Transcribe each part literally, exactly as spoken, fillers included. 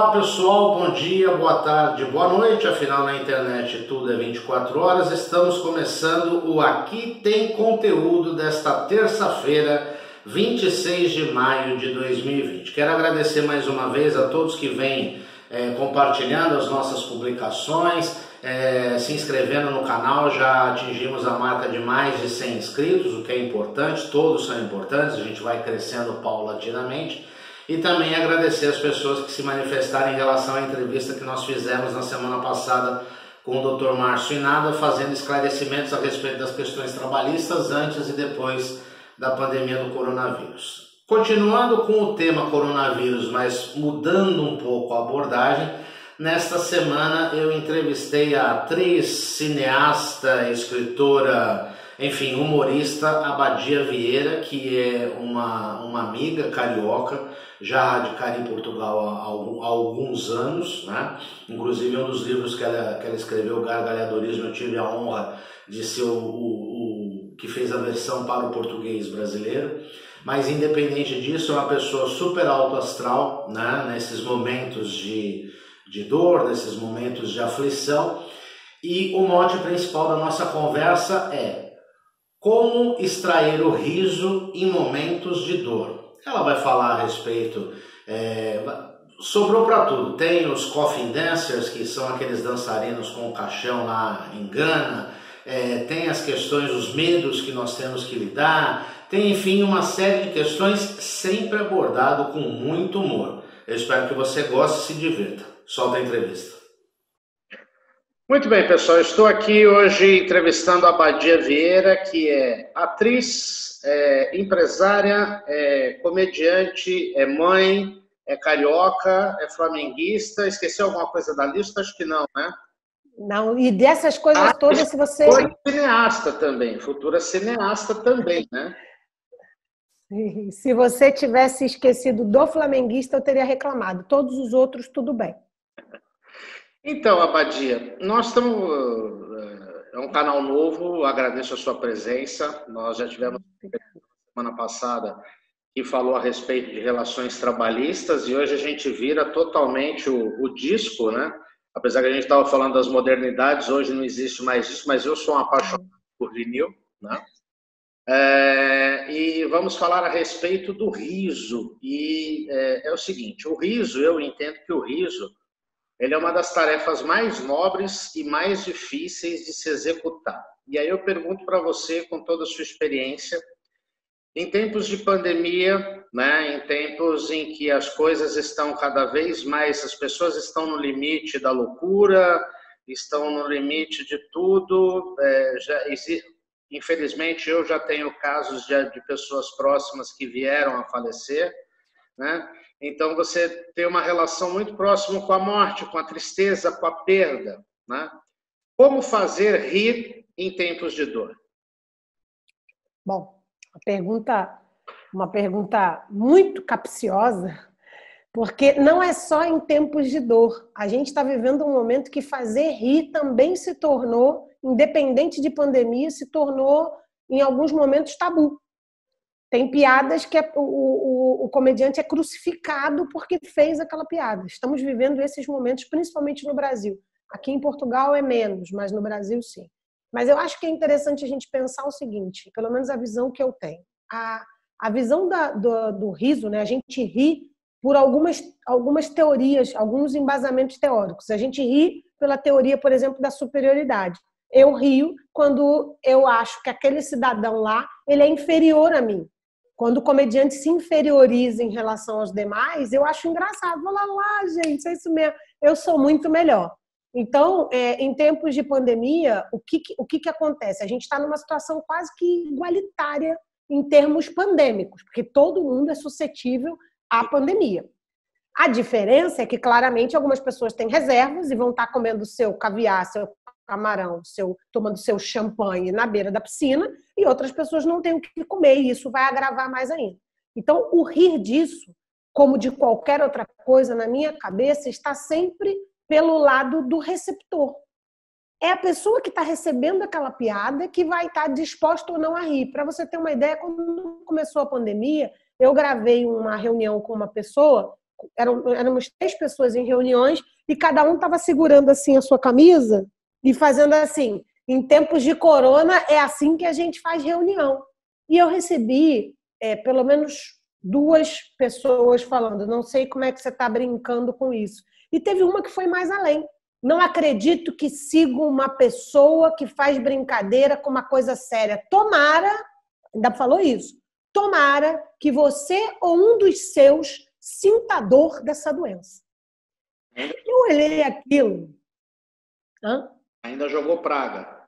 Olá pessoal, bom dia, boa tarde, boa noite, afinal na internet tudo é vinte e quatro horas, estamos começando o Aqui Tem Conteúdo desta terça-feira, vinte e seis de maio de dois mil e vinte. Quero agradecer mais uma vez a todos que vêm é, compartilhando as nossas publicações, é, se inscrevendo no canal. Já atingimos a marca de mais de cem inscritos, o que é importante, todos são importantes, a gente vai crescendo paulatinamente. E também agradecer as pessoas que se manifestaram em relação à entrevista que nós fizemos na semana passada com o doutor Márcio Inada, fazendo esclarecimentos a respeito das questões trabalhistas antes e depois da pandemia do coronavírus. Continuando com o tema coronavírus, mas mudando um pouco a abordagem, nesta semana eu entrevistei a atriz, cineasta, escritora, enfim, humorista Abadia Vieira, que é uma, uma amiga carioca, já radicada em Portugal há, há alguns anos, né? Inclusive um dos livros que ela, que ela escreveu, Gargalhadorismo, eu tive a honra de ser o, o, o que fez a versão para o português brasileiro. Mas independente disso, é uma pessoa super alto astral, né? Nesses momentos de, de dor, nesses momentos de aflição. E o mote principal da nossa conversa é: como extrair o riso em momentos de dor? Ela vai falar a respeito, é, sobrou para tudo. Tem os coffin dancers, que são aqueles dançarinos com o caixão lá em Gana, é, tem as questões, os medos que nós temos que lidar, tem, enfim, uma série de questões sempre abordado com muito humor. Eu espero que você goste e se divirta. Solta a entrevista. Muito bem, pessoal, estou aqui hoje entrevistando a Abadia Vieira, que é atriz, é, empresária, é, comediante, é mãe, é carioca, é flamenguista. Esqueci alguma coisa da lista? Acho que não, né? Não, e dessas coisas ah, todas, se você... Foi cineasta também, futura cineasta também, né? Se você tivesse esquecido do flamenguista, eu teria reclamado. Todos os outros, tudo bem. Então, Abadia, nós estamos... É um canal novo, agradeço a sua presença. Nós já tivemos semana passada que falou a respeito de relações trabalhistas e hoje a gente vira totalmente o, o disco, né? Apesar que a gente estava falando das modernidades, hoje não existe mais isso, mas eu sou um apaixonado por vinil, né? É, e vamos falar a respeito do riso. E é, é o seguinte, o riso, eu entendo que o riso ele é uma das tarefas mais nobres e mais difíceis de se executar. E aí eu pergunto para você, com toda a sua experiência, em tempos de pandemia, né, em tempos em que as coisas estão cada vez mais, as pessoas estão no limite da loucura, estão no limite de tudo, é, já existe, infelizmente eu já tenho casos de, de pessoas próximas que vieram a falecer, né? Então você tem uma relação muito próxima com a morte, com a tristeza, com a perda, né? Como fazer rir em tempos de dor? Bom, uma pergunta, uma pergunta muito capciosa, porque não é só em tempos de dor. A gente está vivendo um momento que fazer rir também se tornou, independente de pandemia, se tornou, em alguns momentos, tabu. Tem piadas que é, o, o, o comediante é crucificado porque fez aquela piada. Estamos vivendo esses momentos, principalmente no Brasil. Aqui em Portugal é menos, mas no Brasil sim. Mas eu acho que é interessante a gente pensar o seguinte, pelo menos a visão que eu tenho. A, a visão da, do, do riso, né? A gente ri por algumas, algumas teorias, alguns embasamentos teóricos. A gente ri pela teoria, por exemplo, da superioridade. Eu rio quando eu acho que aquele cidadão lá ele é inferior a mim. Quando o comediante se inferioriza em relação aos demais, eu acho engraçado. Vou lá, lá, gente, é isso mesmo. Eu sou muito melhor. Então, é, em tempos de pandemia, o que, o que, que acontece? A gente está numa situação quase que igualitária em termos pandêmicos, porque todo mundo é suscetível à pandemia. A diferença é que, claramente, algumas pessoas têm reservas e vão estar comendo seu caviar, seu camarão, seu, tomando seu champanhe na beira da piscina, e outras pessoas não têm o que comer, e isso vai agravar mais ainda. Então, o rir disso, como de qualquer outra coisa, na minha cabeça, está sempre pelo lado do receptor. É a pessoa que está recebendo aquela piada que vai estar disposta ou não a rir. Para você ter uma ideia, quando começou a pandemia, eu gravei uma reunião com uma pessoa eram, éramos três pessoas em reuniões e cada um estava segurando assim a sua camisa e fazendo assim, em tempos de corona é assim que a gente faz reunião. E eu recebi é, pelo menos duas pessoas falando, não sei como é que você está brincando com isso. E teve uma que foi mais além. Não acredito que siga uma pessoa que faz brincadeira com uma coisa séria. Tomara, ainda falou isso, tomara que você ou um dos seus sinta a dor dessa doença. Eu olhei aquilo. Hã? Ainda jogou praga.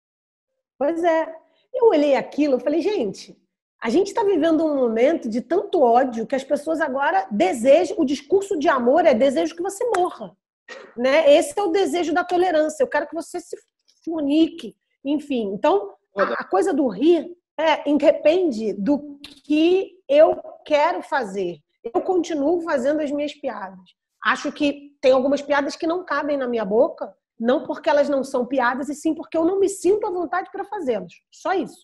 Pois é. Eu olhei aquilo e falei, gente, a gente está vivendo um momento de tanto ódio que as pessoas agora desejam, o discurso de amor é desejo que você morra. Né? Esse é o desejo da tolerância. Eu quero que você se unique. Enfim, então, a, a coisa do rir é, independe do que eu quero fazer. Eu continuo fazendo as minhas piadas. Acho que tem algumas piadas que não cabem na minha boca, não porque elas não são piadas, e sim porque eu não me sinto à vontade para fazê-las. Só isso.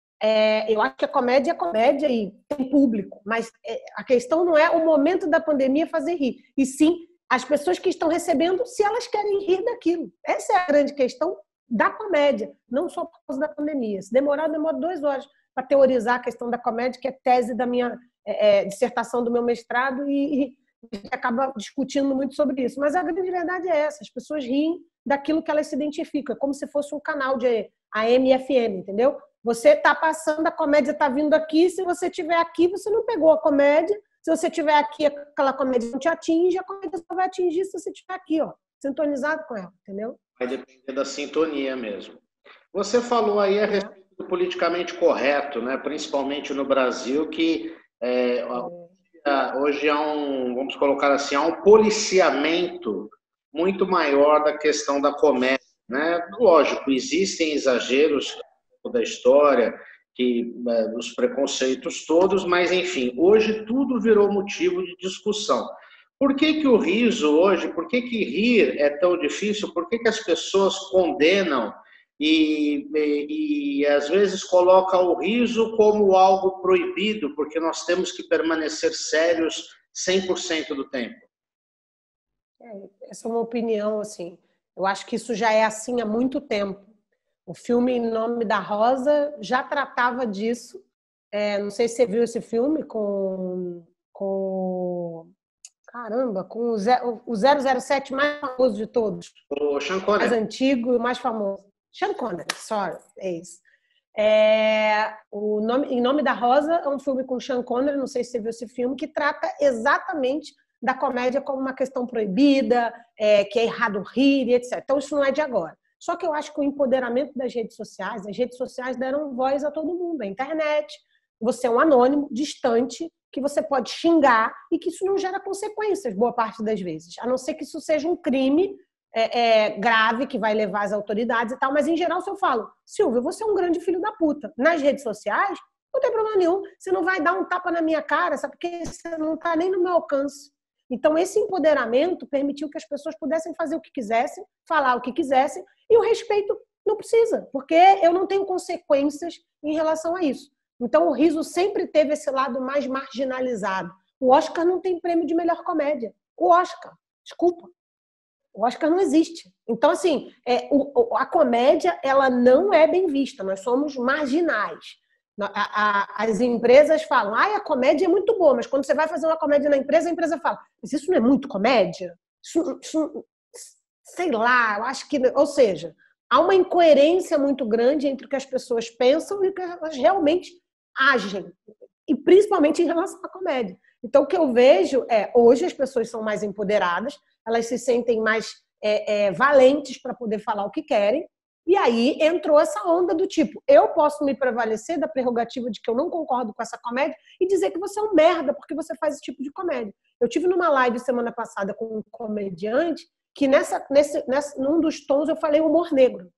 É, eu acho que a comédia é comédia e tem público, mas é, a questão não é o momento da pandemia fazer rir, e sim as pessoas que estão recebendo, se elas querem rir daquilo. Essa é a grande questão da comédia, não só por causa da pandemia. Se demorar, eu demoro duas horas para teorizar a questão da comédia, que é tese da minha é, dissertação do meu mestrado, e, e a gente acaba discutindo muito sobre isso. Mas a grande verdade é essa, as pessoas riem daquilo que elas se identificam, é como se fosse um canal de A M e F M, entendeu? Você está passando, a comédia está vindo aqui, se você estiver aqui, você não pegou a comédia. Se você estiver aqui, aquela comédia não te atinge, a comédia só vai atingir se você estiver aqui, ó, sintonizado com ela, entendeu? Vai depender da sintonia mesmo. Você falou aí a respeito do politicamente correto, né? Principalmente no Brasil, que é, é. hoje há um, vamos colocar assim, há um policiamento muito maior da questão da comédia, né? Lógico, existem exageros da história, que, os preconceitos todos, mas enfim, hoje tudo virou motivo de discussão. Por que que o riso hoje, por que que rir é tão difícil? Por que que as pessoas condenam e, e, e às vezes colocam o riso como algo proibido, porque nós temos que permanecer sérios cem por cento do tempo? É, essa é uma opinião, assim, eu acho que isso já é assim há muito tempo. O filme Em Nome da Rosa já tratava disso. É, não sei se você viu esse filme com, com caramba, com o, zero, o zero zero sete mais famoso de todos. O Sean Connery. Mais antigo e mais famoso. Sean Connery, sorry, é isso. É, o nome, Em Nome da Rosa é um filme com Sean Connery, não sei se você viu esse filme, que trata exatamente da comédia como uma questão proibida, é, que é errado rir, etcétera. Então isso não é de agora. Só que eu acho que o empoderamento das redes sociais, as redes sociais deram voz a todo mundo. A internet, você é um anônimo, distante, que você pode xingar e que isso não gera consequências, boa parte das vezes. A não ser que isso seja um crime é, é, grave, que vai levar as autoridades e tal. Mas, em geral, se eu falo, Silvio, você é um grande filho da puta, nas redes sociais, não tem problema nenhum. Você não vai dar um tapa na minha cara, sabe? Porque você não está nem no meu alcance. Então, esse empoderamento permitiu que as pessoas pudessem fazer o que quisessem, falar o que quisessem, e o respeito não precisa, porque eu não tenho consequências em relação a isso. Então, o riso sempre teve esse lado mais marginalizado. O Oscar não tem prêmio de melhor comédia. O Oscar, desculpa, o Oscar não existe. Então, assim, é, o, a comédia ela não é bem vista, nós somos marginais. A, a, as empresas falam, ah, a comédia é muito boa, mas quando você vai fazer uma comédia na empresa, a empresa fala, mas isso não é muito comédia? Isso, isso, sei lá, eu acho que... Ou seja, há uma incoerência muito grande entre o que as pessoas pensam e o que elas realmente agem, e principalmente em relação à comédia. Então, o que eu vejo é, hoje as pessoas são mais empoderadas, elas se sentem mais é, é, valentes para poder falar o que querem, e aí entrou essa onda do tipo, eu posso me prevalecer da prerrogativa de que eu não concordo com essa comédia e dizer que você é um merda porque você faz esse tipo de comédia. Eu tive numa live semana passada com um comediante que nessa, nesse, nessa, num dos tons eu falei humor negro.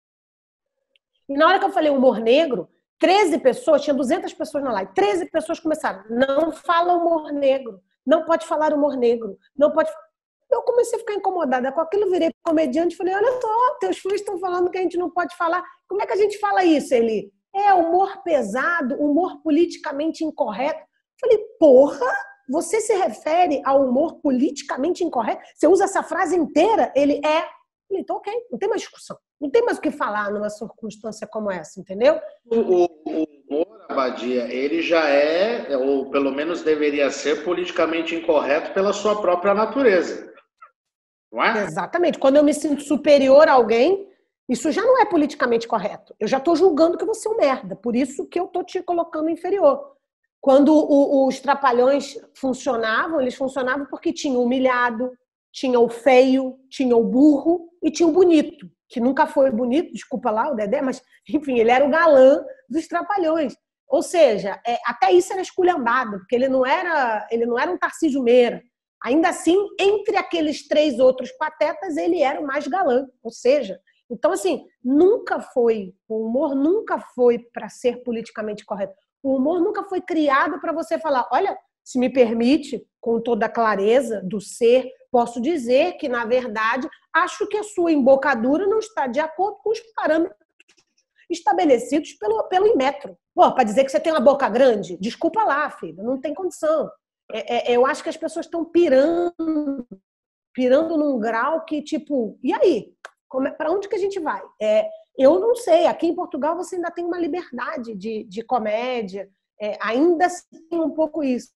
E na hora que eu falei humor negro, treze pessoas, tinha duzentas pessoas na live, treze pessoas começaram, não fala humor negro, não pode falar humor negro, não pode... Eu comecei a ficar incomodada com aquilo, virei comediante e falei, olha só, teus fãs estão falando que a gente não pode falar. Como é que a gente fala isso, Eli? É humor pesado, humor politicamente incorreto. Falei, porra, você se refere ao humor politicamente incorreto? Você usa essa frase inteira, ele é... Então, ok, não tem mais discussão. Não tem mais o que falar numa circunstância como essa, entendeu? O, o, o humor, Abadia, ele já é, ou pelo menos deveria ser, politicamente incorreto pela sua própria natureza. Não é? Exatamente. Quando eu me sinto superior a alguém, isso já não é politicamente correto. Eu já estou julgando que você é um merda. Por isso que eu estou te colocando inferior. Quando o, os trapalhões funcionavam, eles funcionavam porque tinha o humilhado, tinha o feio, tinha o burro e tinha o bonito, que nunca foi bonito, desculpa lá o Dedé, mas, enfim, ele era o galã dos trapalhões. Ou seja, é, até isso era esculhambado, porque ele não era, ele não era um Tarcísio Meira. Ainda assim, entre aqueles três outros patetas, ele era o mais galã. Ou seja, então, assim, nunca foi, o humor nunca foi para ser politicamente correto. O humor nunca foi criado para você falar, olha, se me permite, com toda a clareza do ser, posso dizer que, na verdade, acho que a sua embocadura não está de acordo com os parâmetros estabelecidos pelo, pelo Inmetro. Para dizer que você tem uma boca grande, desculpa lá, filha, não tem condição. É, é, eu acho que as pessoas estão pirando, pirando num grau que, tipo, e aí? Para onde que a gente vai? É, eu não sei. Aqui em Portugal você ainda tem uma liberdade de, de comédia, é, ainda tem um pouco isso.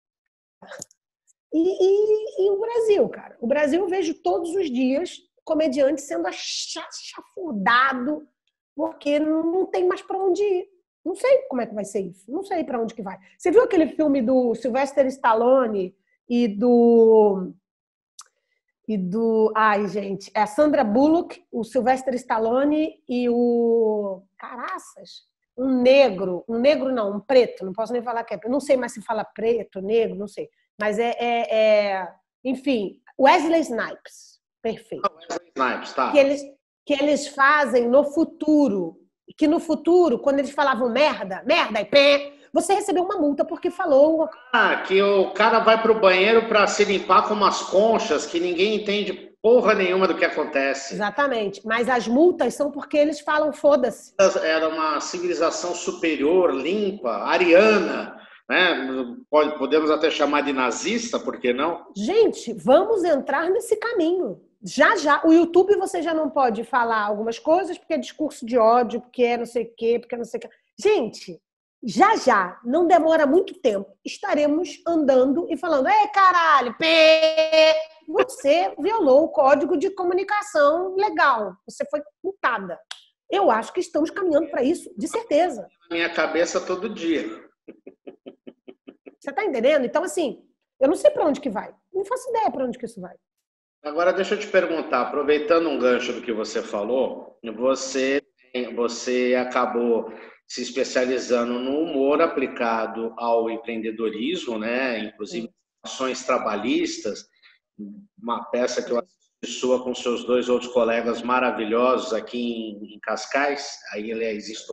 E, e, e o Brasil, cara? O Brasil eu vejo todos os dias comediante sendo chafurdado porque não tem mais para onde ir. Não sei como é que vai ser isso. Não sei para onde que vai. Você viu aquele filme do Sylvester Stallone e do... E do... Ai, gente. É a Sandra Bullock, o Sylvester Stallone e o... Caraças. Um negro. Um negro não, um preto. Não posso nem falar que é... Não sei mais se fala preto, negro, não sei. Mas é... é, é... Enfim, Wesley Snipes. Perfeito. Wesley Snipes, tá. Que eles, que eles fazem no futuro. Que no futuro, quando eles falavam merda, merda e pé, você recebeu uma multa porque falou... Ah, que o cara vai pro banheiro para se limpar com umas conchas que ninguém entende porra nenhuma do que acontece. Exatamente. Mas as multas são porque eles falam foda-se. Era uma civilização superior, limpa, ariana, né? Podemos até chamar de nazista, por que não? Gente, vamos entrar nesse caminho. Já, já. O YouTube você já não pode falar algumas coisas porque é discurso de ódio, porque é não sei o quê, porque é não sei o quê. Gente, já, já, não demora muito tempo, estaremos andando e falando, é caralho, pê! Você violou o código de comunicação legal. Você foi multada. Eu acho que estamos caminhando para isso, de certeza. Na minha cabeça todo dia. Você está entendendo? Então, assim, eu não sei para onde que vai. Não faço ideia para onde que isso vai. Agora, deixa eu te perguntar, aproveitando um gancho do que você falou, você, você acabou se especializando no humor aplicado ao empreendedorismo, né? Inclusive ações trabalhistas, uma peça que eu assisti sua com seus dois outros colegas maravilhosos aqui em, em Cascais, aí ele existe.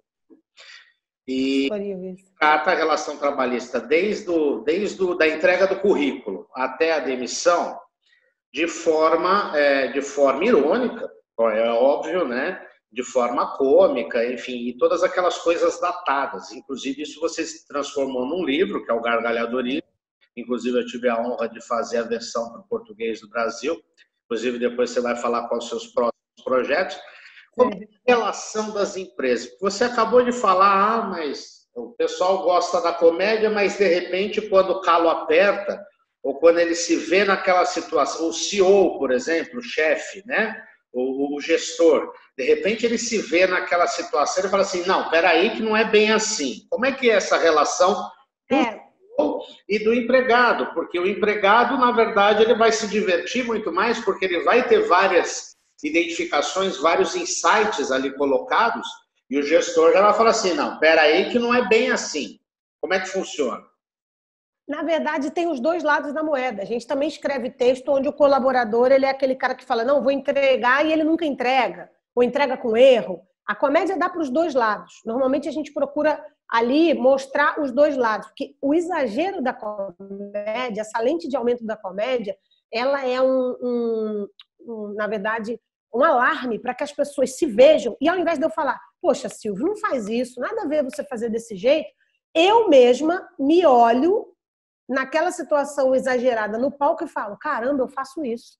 E trata a relação trabalhista desde, o, desde o, da entrega do currículo até a demissão, de forma, é, de forma irônica, é óbvio, né? De forma cômica, enfim, e todas aquelas coisas datadas. Inclusive, isso você se transformou num livro, que é o Gargalhadorismo. Inclusive, eu tive a honra de fazer a versão para o português do Brasil. Inclusive, depois você vai falar quais os seus próximos projetos. Como é a relação das empresas? Você acabou de falar, ah, mas o pessoal gosta da comédia, mas, de repente, quando o calo aperta, ou quando ele se vê naquela situação, o C E O, por exemplo, o chefe, né? O, o gestor, de repente ele se vê naquela situação e fala assim, não, peraí que não é bem assim. Como é que é essa relação do é. C E O e do empregado? Porque o empregado, na verdade, ele vai se divertir muito mais porque ele vai ter várias identificações, vários insights ali colocados e o gestor já vai falar assim, não, peraí que não é bem assim. Como é que funciona? Na verdade, tem os dois lados da moeda. A gente também escreve texto onde o colaborador ele é aquele cara que fala, não, vou entregar, e ele nunca entrega, ou entrega com erro. A comédia dá para os dois lados. Normalmente, a gente procura ali mostrar os dois lados, porque o exagero da comédia, essa lente de aumento da comédia, ela é, um, um, um na verdade, um alarme para que as pessoas se vejam. E ao invés de eu falar, poxa, Silvio, não faz isso, nada a ver você fazer desse jeito, eu mesma me olho naquela situação exagerada no palco e falo, caramba, eu faço isso.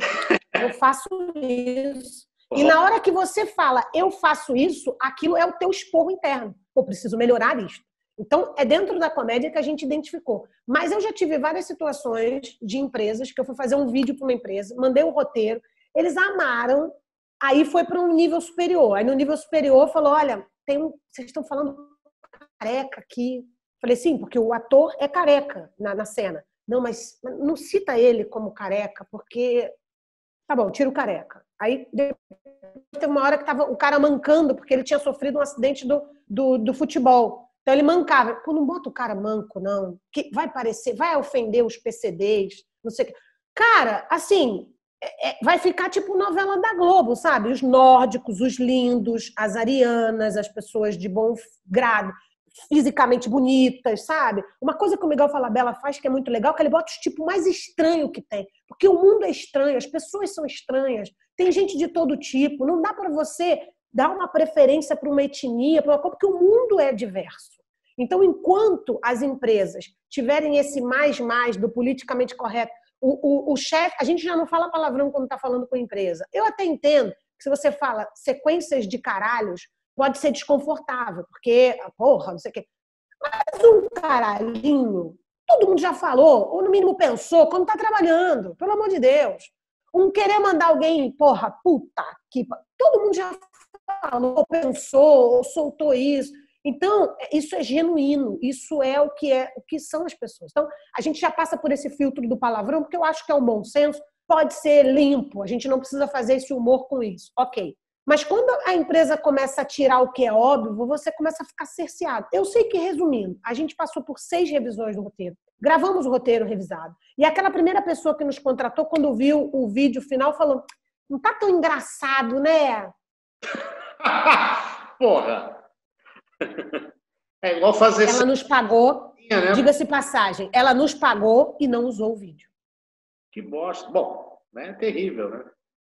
Eu faço isso. E na hora que você fala, eu faço isso, aquilo é o teu esporro interno. Eu preciso melhorar isso. Então, é dentro da comédia que a gente identificou. Mas eu já tive várias situações de empresas que eu fui fazer um vídeo para uma empresa, mandei um roteiro, eles amaram, aí foi para um nível superior. Aí no nível superior falou, olha, tem um, vocês estão falando careca aqui. Falei, sim, porque o ator é careca na, na cena. Não, mas não cita ele como careca, porque... Tá bom, tira o careca. Aí tem uma hora que tava o cara mancando, porque ele tinha sofrido um acidente do, do, do futebol. Então ele mancava. Pô, não bota o cara manco, não. Que vai parecer, vai ofender os P C Ds, não sei o que. Cara, assim, é, é, vai ficar tipo novela da Globo, sabe? Os nórdicos, os lindos, as arianas, as pessoas de bom grado, fisicamente bonitas, sabe? Uma coisa que o Miguel Falabella faz que é muito legal, que ele bota os tipos mais estranhos que tem. Porque o mundo é estranho, as pessoas são estranhas, tem gente de todo tipo. Não dá para você dar uma preferência para uma etnia, para uma coisa, porque o mundo é diverso. Então, enquanto as empresas tiverem esse mais-mais do politicamente correto, o, o, o chefe, a gente já não fala palavrão quando está falando com a empresa. Eu até entendo que se você fala sequências de caralhos, pode ser desconfortável, porque, porra, não sei o quê. Mas um caralhinho, todo mundo já falou, ou no mínimo pensou, quando está trabalhando, pelo amor de Deus. Um querer mandar alguém, porra, puta que... Todo mundo já falou, pensou, ou soltou isso. Então, isso é genuíno, isso é o que é, o que são as pessoas. Então, a gente já passa por esse filtro do palavrão, porque eu acho que é um bom senso, pode ser limpo, a gente não precisa fazer esse humor com isso. Ok. Mas quando a empresa começa a tirar o que é óbvio, você começa a ficar cerceado. Eu sei que, resumindo, a gente passou por seis revisões do roteiro. Gravamos o roteiro revisado. E aquela primeira pessoa que nos contratou, quando viu o vídeo final, falou, não tá tão engraçado, né? Porra! É igual fazer... Ela nos pagou, né? Diga-se passagem, ela nos pagou e não usou o vídeo. Que bosta. Bom, é terrível, né?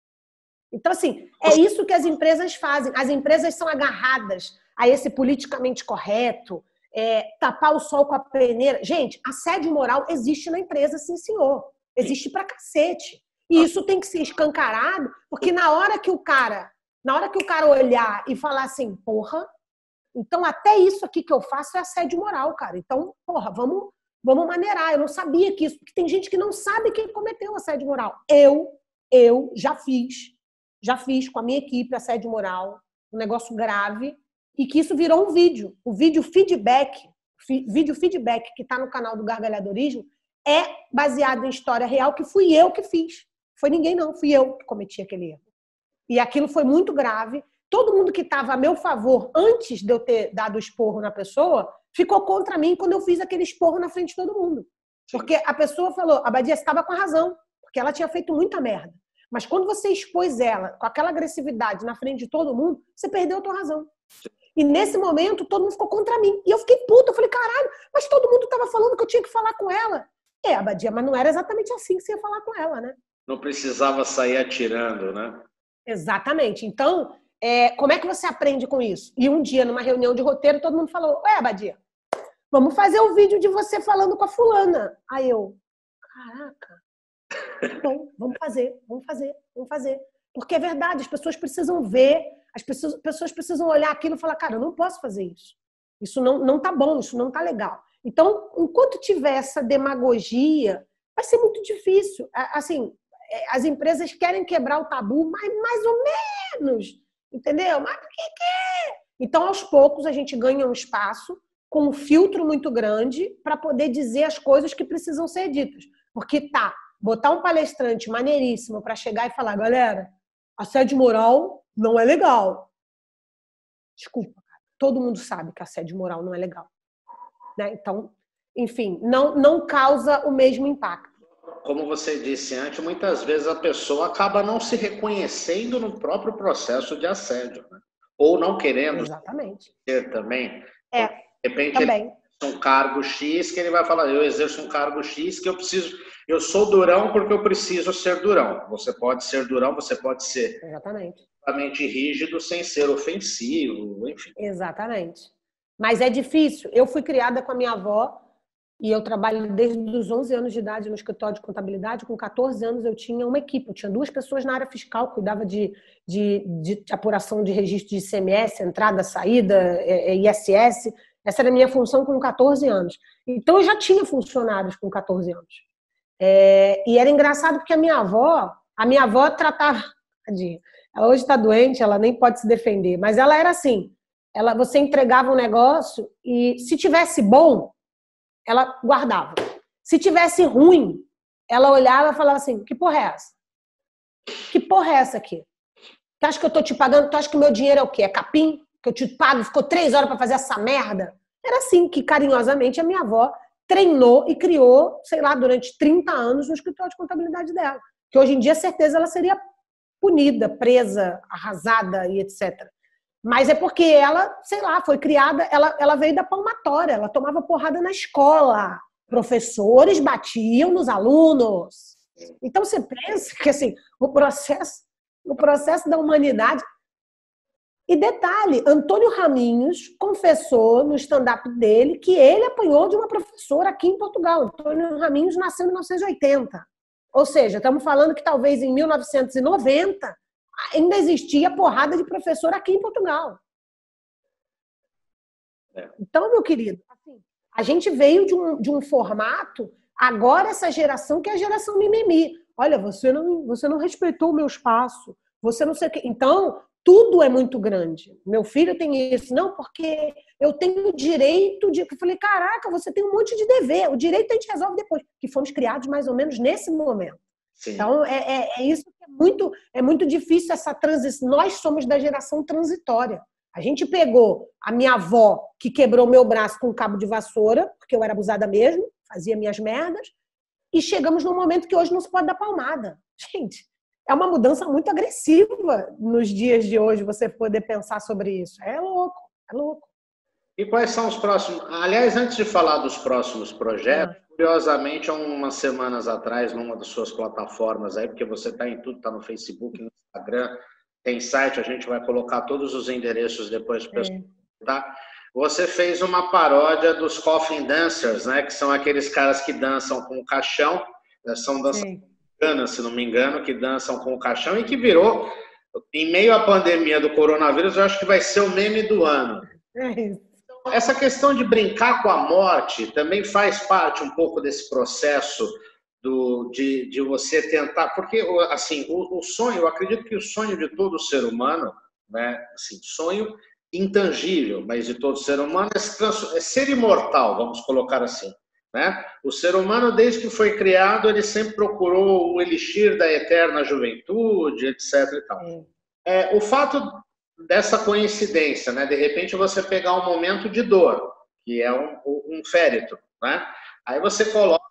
Então, assim, é isso que as empresas fazem. As empresas são agarradas a esse politicamente correto, é, tapar o sol com a peneira. Gente, assédio moral existe na empresa, sim, senhor. Existe pra cacete. E isso tem que ser escancarado, porque na hora que o cara, na hora que o cara olhar e falar assim, porra, então até isso aqui que eu faço é assédio moral, cara. Então, porra, vamos, vamos maneirar. Eu não sabia que isso, porque tem gente que não sabe quem cometeu assédio moral. Eu, eu já fiz. Já fiz com a minha equipe assédio moral, um negócio grave, e que isso virou um vídeo. O vídeo feedback, vídeo feedback que está no canal do Gargalhadorismo, é baseado em história real que fui eu que fiz. Foi ninguém não, fui eu que cometi aquele erro. E aquilo foi muito grave. Todo mundo que estava a meu favor antes de eu ter dado o esporro na pessoa, ficou contra mim quando eu fiz aquele esporro na frente de todo mundo. Porque a pessoa falou, a Badia estava com a razão, porque ela tinha feito muita merda. Mas quando você expôs ela com aquela agressividade na frente de todo mundo, você perdeu a tua razão. E nesse momento, todo mundo ficou contra mim. E eu fiquei puta. Eu falei, caralho, mas todo mundo estava falando que eu tinha que falar com ela. É, Abadia, mas não era exatamente assim que você ia falar com ela, né? Não precisava sair atirando, né? Exatamente. Então, é, como é que você aprende com isso? E um dia, numa reunião de roteiro, todo mundo falou, ué, Abadia, vamos fazer o vídeo de você falando com a fulana. Aí eu, caraca. Bom, vamos fazer, vamos fazer, vamos fazer. Porque é verdade, as pessoas precisam ver, as pessoas, pessoas precisam olhar aquilo e falar, cara, eu não posso fazer isso. Isso não, não tá bom, isso não tá legal. Então, enquanto tiver essa demagogia, vai ser muito difícil. Assim, as empresas querem quebrar o tabu, mas mais ou menos, entendeu? Mas por que que? Então, aos poucos, a gente ganha um espaço com um filtro muito grande para poder dizer as coisas que precisam ser ditas. Porque tá, botar um palestrante maneiríssimo para chegar e falar, galera, assédio moral não é legal. Desculpa, todo mundo sabe que assédio moral não é legal. Né? Então, enfim, não, não causa o mesmo impacto. Como você disse antes, muitas vezes a pessoa acaba não se reconhecendo no próprio processo de assédio, né? Ou não querendo Exatamente. ser também. É, de repente, também. ele um cargo X que ele vai falar, eu exerço um cargo X que eu preciso, eu sou durão porque eu preciso ser durão. Você pode ser durão, você pode ser Exatamente. totalmente rígido sem ser ofensivo, enfim. Exatamente. Mas é difícil. Eu fui criada com a minha avó E eu trabalho desde os onze anos de idade no escritório de contabilidade. Com quatorze anos eu tinha uma equipe, eu tinha duas pessoas na área fiscal, cuidava de, de, de apuração de registro de I C M S, entrada, saída, I S S. Essa era a minha função com quatorze anos. Então eu já tinha funcionários com quatorze anos. É, e era engraçado porque a minha avó, a minha avó tratava, ela hoje está doente, ela nem pode se defender, mas ela era assim, ela, você entregava um negócio e se tivesse bom, ela guardava. Se tivesse ruim, ela olhava e falava assim, que porra é essa? Que porra é essa aqui? Tu acha que eu tô te pagando? Tu acha que o meu dinheiro é o quê? É capim? Que eu te pago? Ficou três horas para fazer essa merda? Era assim que, carinhosamente, a minha avó treinou e criou, sei lá, durante trinta anos no escritório de contabilidade dela. Que hoje em dia, certeza, ela seria punida, presa, arrasada e etcétera. Mas é porque ela, sei lá, foi criada, ela, ela veio da palmatória, ela tomava porrada na escola. Professores batiam nos alunos. Então você pensa que assim, o processo, o processo da humanidade. E detalhe, Antônio Raminhos confessou no stand-up dele que ele apanhou de uma professora aqui em Portugal. Antônio Raminhos nasceu em mil novecentos e oitenta. Ou seja, estamos falando que talvez em mil novecentos e noventa ainda existia porrada de professor aqui em Portugal. É. Então, meu querido, assim, a gente veio de um, de um formato, agora essa geração que é a geração mimimi. Olha, você não, você não respeitou o meu espaço, você não sei o quê. Então, tudo é muito grande. Meu filho tem isso. Não, porque eu tenho o direito de... Eu falei, caraca, você tem um monte de dever. O direito a gente resolve depois. Que fomos criados mais ou menos nesse momento. Sim. Então, é, é, é isso que é muito, é muito difícil, essa transição. Nós somos da geração transitória. A gente pegou a minha avó, que quebrou meu braço com um cabo de vassoura, porque eu era abusada mesmo, fazia minhas merdas, e chegamos num momento que hoje não se pode dar palmada. Gente, é uma mudança muito agressiva nos dias de hoje, você poder pensar sobre isso. É louco, é louco. E quais são os próximos... Aliás, antes de falar dos próximos projetos, ah. curiosamente, há umas semanas atrás, numa das suas plataformas aí, porque você está em tudo, está no Facebook, no Instagram, tem site, a gente vai colocar todos os endereços depois para o pessoal, tá? Você fez uma paródia dos Coffin Dancers, né? Que são aqueles caras que dançam com o caixão, são dançadores, se não me engano, que dançam com o caixão e que virou, em meio à pandemia do coronavírus, eu acho que vai ser o meme do ano. É isso. Essa questão de brincar com a morte também faz parte um pouco desse processo do, de, de você tentar... Porque, assim, o, o sonho, eu acredito que o sonho de todo ser humano, né, assim, sonho intangível, mas de todo ser humano é, é ser imortal, vamos colocar assim. Né? O ser humano, desde que foi criado, ele sempre procurou o elixir da eterna juventude, etc. E tal. É, o fato dessa coincidência, né? De repente você pegar um momento de dor, que é um, um féretro, né? Aí você coloca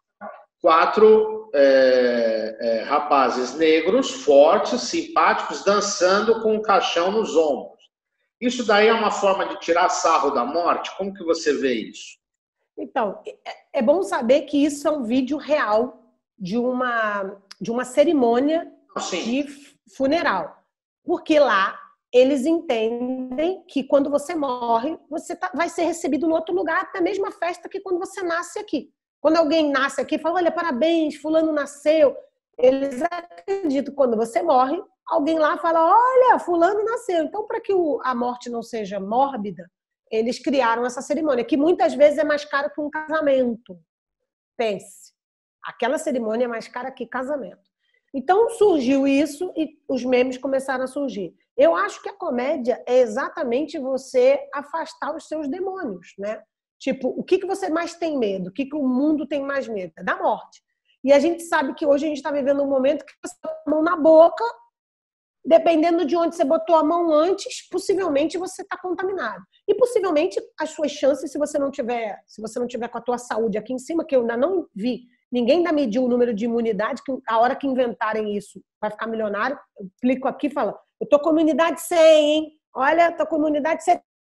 quatro é, é, rapazes negros, fortes, simpáticos, dançando com um caixão nos ombros. Isso daí é uma forma de tirar sarro da morte? Como que você vê isso? Então, é bom saber que isso é um vídeo real de uma, de uma cerimônia Sim. de funeral. Porque lá eles entendem que quando você morre, você tá, vai ser recebido em outro lugar, na mesma festa que quando você nasce aqui. Quando alguém nasce aqui e fala, olha, parabéns, fulano nasceu. Eles acreditam que quando você morre, alguém lá fala, olha, fulano nasceu. Então, para que o, a morte não seja mórbida, eles criaram essa cerimônia, que muitas vezes é mais cara que um casamento. Pense, aquela cerimônia é mais cara que casamento. Então surgiu isso e os memes começaram a surgir. Eu acho que a comédia é exatamente você afastar os seus demônios, né? Tipo, o que você mais tem medo? O que o mundo tem mais medo? É da morte. E a gente sabe que hoje a gente está vivendo um momento que você bota a mão na boca, dependendo de onde você botou a mão antes, possivelmente você está contaminado. E possivelmente as suas chances, se você não tiver, se você não tiver com a tua saúde aqui em cima, que eu ainda não vi, ninguém ainda mediu o número de imunidade, que a hora que inventarem isso vai ficar milionário. Eu clico aqui e falo, eu tô com imunidade cem, hein? Olha, tô com imunidade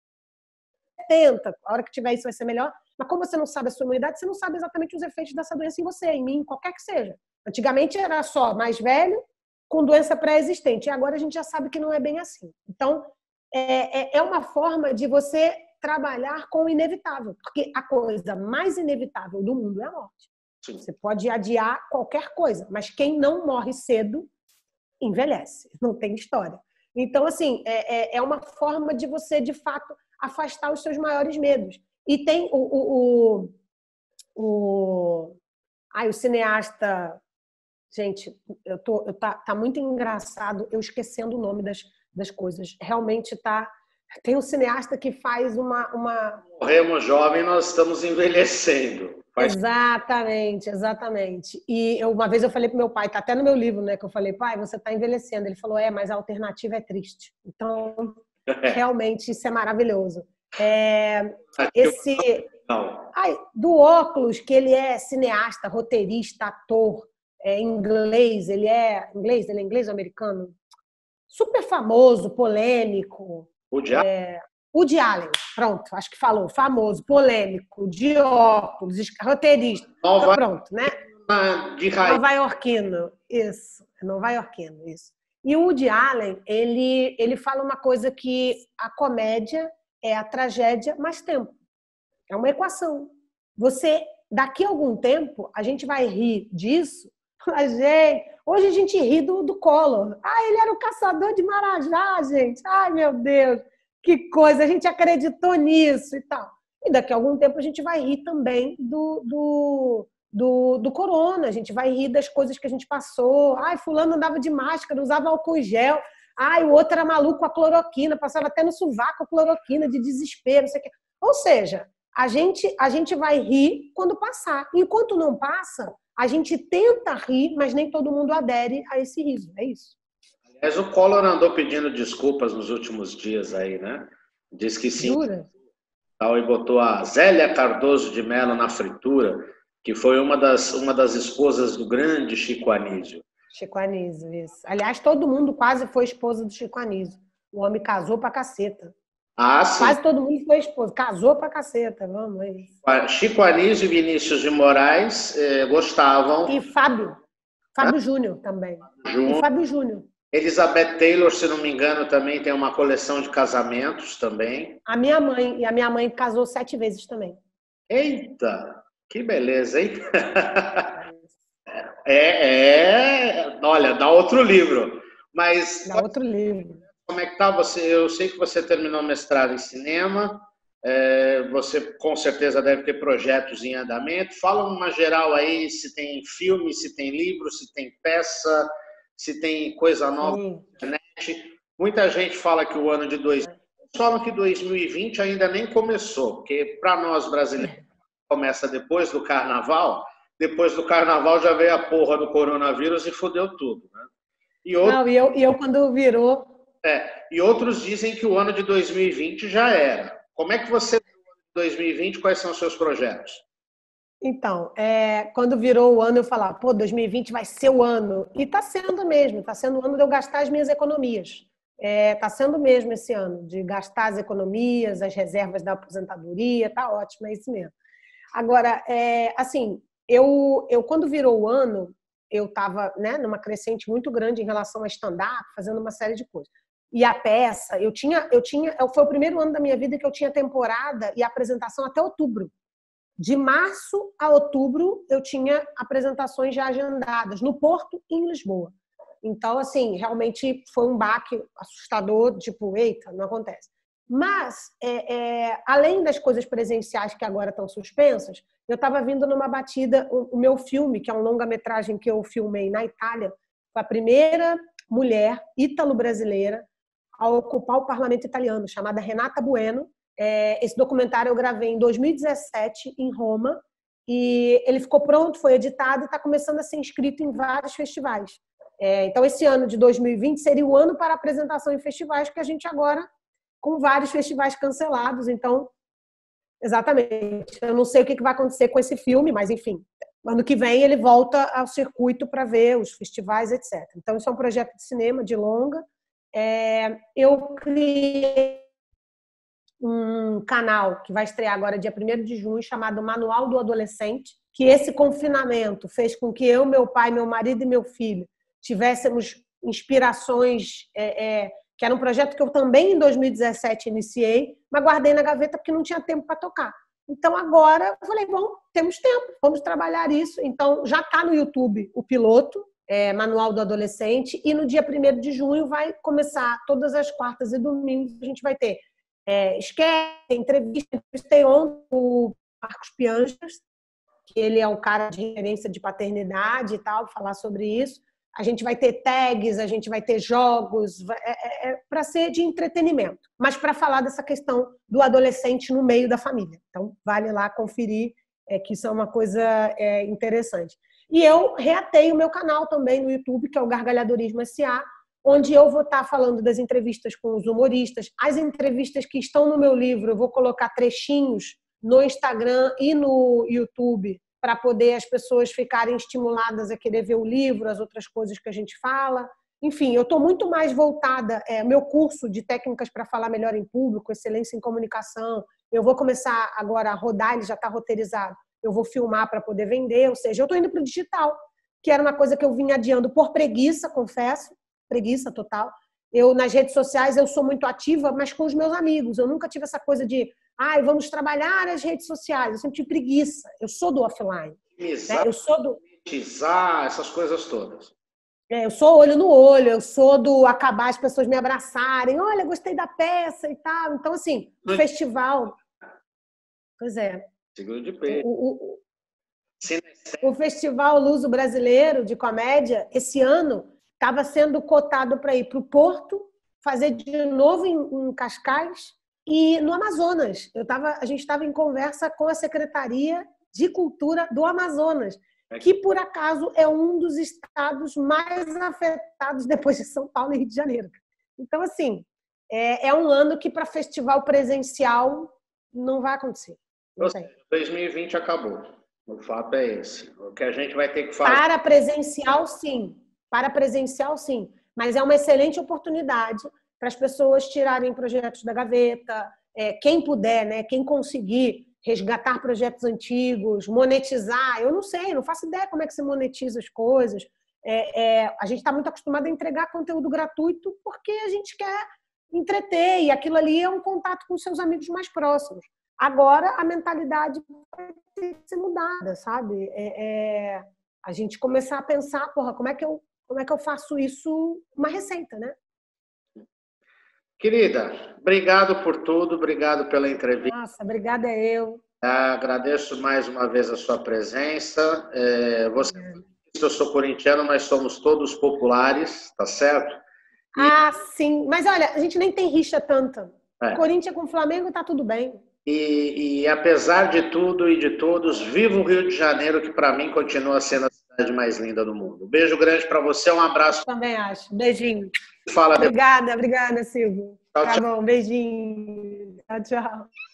setenta. A hora que tiver isso vai ser melhor. Mas como você não sabe a sua imunidade, você não sabe exatamente os efeitos dessa doença em você, em mim, em qualquer que seja. Antigamente era só mais velho, com doença pré-existente. E agora a gente já sabe que não é bem assim. Então, é, é uma forma de você trabalhar com o inevitável, porque a coisa mais inevitável do mundo é a morte. Sim. Você pode adiar qualquer coisa, mas quem não morre cedo envelhece, não tem história. Então, assim, é, é uma forma de você, de fato, afastar os seus maiores medos. E tem o... o, o, o, ai, o cineasta... Gente, eu tô, eu tá, tá muito engraçado eu esquecendo o nome das, das coisas. Realmente tá... Tem um cineasta que faz uma... uma... Morremos jovem, nós estamos envelhecendo. Faz... Exatamente, exatamente. E eu, uma vez eu falei pro meu pai, tá até no meu livro, né? Que eu falei, pai, você tá envelhecendo. Ele falou, é, mas a alternativa é triste. Então, realmente, isso é maravilhoso. É, esse... Ai, do óculos, que ele é cineasta, roteirista, ator, é inglês, ele é inglês, ele é inglês ou americano? Super famoso, polêmico. O diabo? É, Woody Allen, pronto, acho que falou, famoso, polêmico, de óculos, roteirista, Nova... pronto, né? De raiz. Nova-iorquino, isso, nova-iorquino, isso. E o Woody Allen, ele, ele fala uma coisa que a comédia é a tragédia mais tempo. É uma equação. Você, daqui a algum tempo, a gente vai rir disso. A gente, hoje a gente ri do, do Collor. Ah, ele era o caçador de Marajá, gente. Ai, meu Deus, que coisa. A gente acreditou nisso e tal. E daqui a algum tempo a gente vai rir também do, do, do, do corona. A gente vai rir das coisas que a gente passou. Ai, fulano andava de máscara, usava álcool em gel. Ai, o outro era maluco com a cloroquina, passava até no sovaco a cloroquina de desespero, não sei o quê. Ou seja, a gente, a gente vai rir quando passar. Enquanto não passa, a gente tenta rir, mas nem todo mundo adere a esse riso. É isso. Aliás, o Collor andou pedindo desculpas nos últimos dias aí, né? Diz que sim. Jura? E botou a Zélia Cardoso de Mello na fritura, que foi uma das, uma das esposas do grande Chico Anísio. Chico Anísio, isso. Aliás, todo mundo quase foi esposa do Chico Anísio. O homem casou pra caceta. Ah, sim. Quase todo mundo foi esposa. Casou pra caceta, vamos. É isso. Chico Anísio e Vinícius de Moraes eh, gostavam. E Fábio. Fábio ah? Júnior também. Júnior. E Fábio Júnior. Elizabeth Taylor, se não me engano, também tem uma coleção de casamentos também. A minha mãe. E a minha mãe casou sete vezes também. Eita! Que beleza, hein? É, é... Olha, dá outro livro. Mas... Dá outro livro. Como é que tá você? Eu sei que você terminou mestrado em cinema. É, você com certeza deve ter projetos em andamento. Fala uma geral aí, se tem filme, se tem livro, se tem peça, se tem coisa nova na internet. Muita gente fala que o ano de dois mil e vinte, falam que dois mil e vinte ainda nem começou, porque para nós brasileiros começa depois do carnaval. Depois do carnaval já veio a porra do coronavírus e fodeu tudo, né? E outro... Não, e eu, e eu quando virou... É, e outros dizem que o ano de dois mil e vinte já era. Como é que você vê o ano de dois mil e vinte? Quais são os seus projetos? Então, é, quando virou o ano, eu falava, pô, dois mil e vinte vai ser o ano. E está sendo mesmo, está sendo o ano de eu gastar as minhas economias. Está é, sendo mesmo esse ano, de gastar as economias, as reservas da aposentadoria, está ótimo, é isso mesmo. Agora, é, assim, eu, eu quando virou o ano, eu estava, né, numa crescente muito grande em relação a stand-up, fazendo uma série de coisas. E a peça, eu tinha, eu tinha, foi o primeiro ano da minha vida que eu tinha temporada e apresentação até outubro. De março a outubro, eu tinha apresentações já agendadas no Porto e em Lisboa. Então, assim, realmente foi um baque assustador, tipo, eita, não acontece. Mas, é, é, além das coisas presenciais que agora estão suspensas, eu estava vindo numa batida, o, o meu filme, que é um longa-metragem que eu filmei na Itália, foi a primeira mulher ítalo-brasileira a ocupar o parlamento italiano, chamada Renata Bueno. É, esse documentário eu gravei em dois mil e dezessete, em Roma, e ele ficou pronto, foi editado e está começando a ser inscrito em vários festivais. É, então, esse ano de dois mil e vinte seria o ano para apresentação em festivais, que a gente agora, com vários festivais cancelados, então, exatamente. Eu não sei o que vai acontecer com esse filme, mas, enfim, ano que vem ele volta ao circuito para ver os festivais, etcétera. Então, isso é um projeto de cinema, de longa. É, eu criei um canal que vai estrear agora dia primeiro de junho, chamado Manual do Adolescente, que esse confinamento fez com que eu, meu pai, meu marido e meu filho tivéssemos inspirações é, é, que era um projeto que eu também em dois mil e dezessete iniciei, mas guardei na gaveta porque não tinha tempo para tocar. Então agora eu falei, bom, temos tempo, vamos trabalhar isso. Então já está no YouTube o piloto, é, Manual do Adolescente, e no dia primeiro de junho vai começar, todas as quartas e domingos, a gente vai ter é, esquete, entrevista. Entrevistei ontem o Marcos Pianjas, que ele é um cara de referência de paternidade e tal, falar sobre isso. A gente vai ter tags, a gente vai ter jogos, é, é, é para ser de entretenimento, mas para falar dessa questão do adolescente no meio da família. Então, vale lá conferir, é, que isso é uma coisa é, interessante. E eu reatei o meu canal também no YouTube, que é o Gargalhadorismo S A, onde eu vou estar falando das entrevistas com os humoristas. As entrevistas que estão no meu livro, eu vou colocar trechinhos no Instagram e no YouTube, para poder as pessoas ficarem estimuladas a querer ver o livro, as outras coisas que a gente fala. Enfim, eu estou muito mais voltada, é, meu curso de técnicas para falar melhor em público, excelência em comunicação, eu vou começar agora a rodar, ele já está roteirizado, eu vou filmar para poder vender, ou seja, eu estou indo para o digital, que era uma coisa que eu vinha adiando por preguiça, confesso, preguiça total. Eu, nas redes sociais, eu sou muito ativa, mas com os meus amigos. Eu nunca tive essa coisa de, ai, vamos trabalhar as redes sociais. Eu sempre tive preguiça. Eu sou do offline. Né? Eu sou do... essas coisas todas. É, eu sou olho no olho, eu sou do acabar as pessoas me abraçarem. Olha, gostei da peça e tal. Então, assim, o festival... Pois é. Seguro de peito. O, o, o Festival Luso Brasileiro de Comédia, esse ano, estava sendo cotado para ir para o Porto, fazer de novo em, em Cascais e no Amazonas. Eu tava, a gente estava em conversa com a Secretaria de Cultura do Amazonas, que, por acaso, é um dos estados mais afetados depois de São Paulo e Rio de Janeiro. Então, assim, é, é um ano que para festival presencial não vai acontecer. dois mil e vinte acabou. O fato é esse. O que a gente vai ter que fazer... Para presencial, sim. Para presencial, sim. Mas é uma excelente oportunidade para as pessoas tirarem projetos da gaveta, é, quem puder, né, quem conseguir resgatar projetos antigos, monetizar. Eu não sei, não faço ideia como é que se monetiza as coisas. É, é, a gente está muito acostumado a entregar conteúdo gratuito porque a gente quer entreter, e aquilo ali é um contato com seus amigos mais próximos. Agora, a mentalidade vai ter que ser mudada, sabe? É, é, a gente começar a pensar, porra, como é que eu Como é que eu faço isso, uma receita, né? Querida, obrigado por tudo, obrigado pela entrevista. Nossa, obrigada eu. Agradeço mais uma vez a sua presença. É, você, eu sou corintiano, mas somos todos populares, tá certo? E... Ah, sim. Mas olha, a gente nem tem rixa tanta. É. Corinthians com o Flamengo tá tudo bem. E, e apesar de tudo e de todos, viva o Rio de Janeiro, que para mim continua sendo a cidade mais linda do mundo. Um beijo grande para você, um abraço. Também acho. Beijinho. Fala obrigada, depois. Obrigada, Silvio. Tchau, tá tchau. bom, beijinho. Tchau, tchau.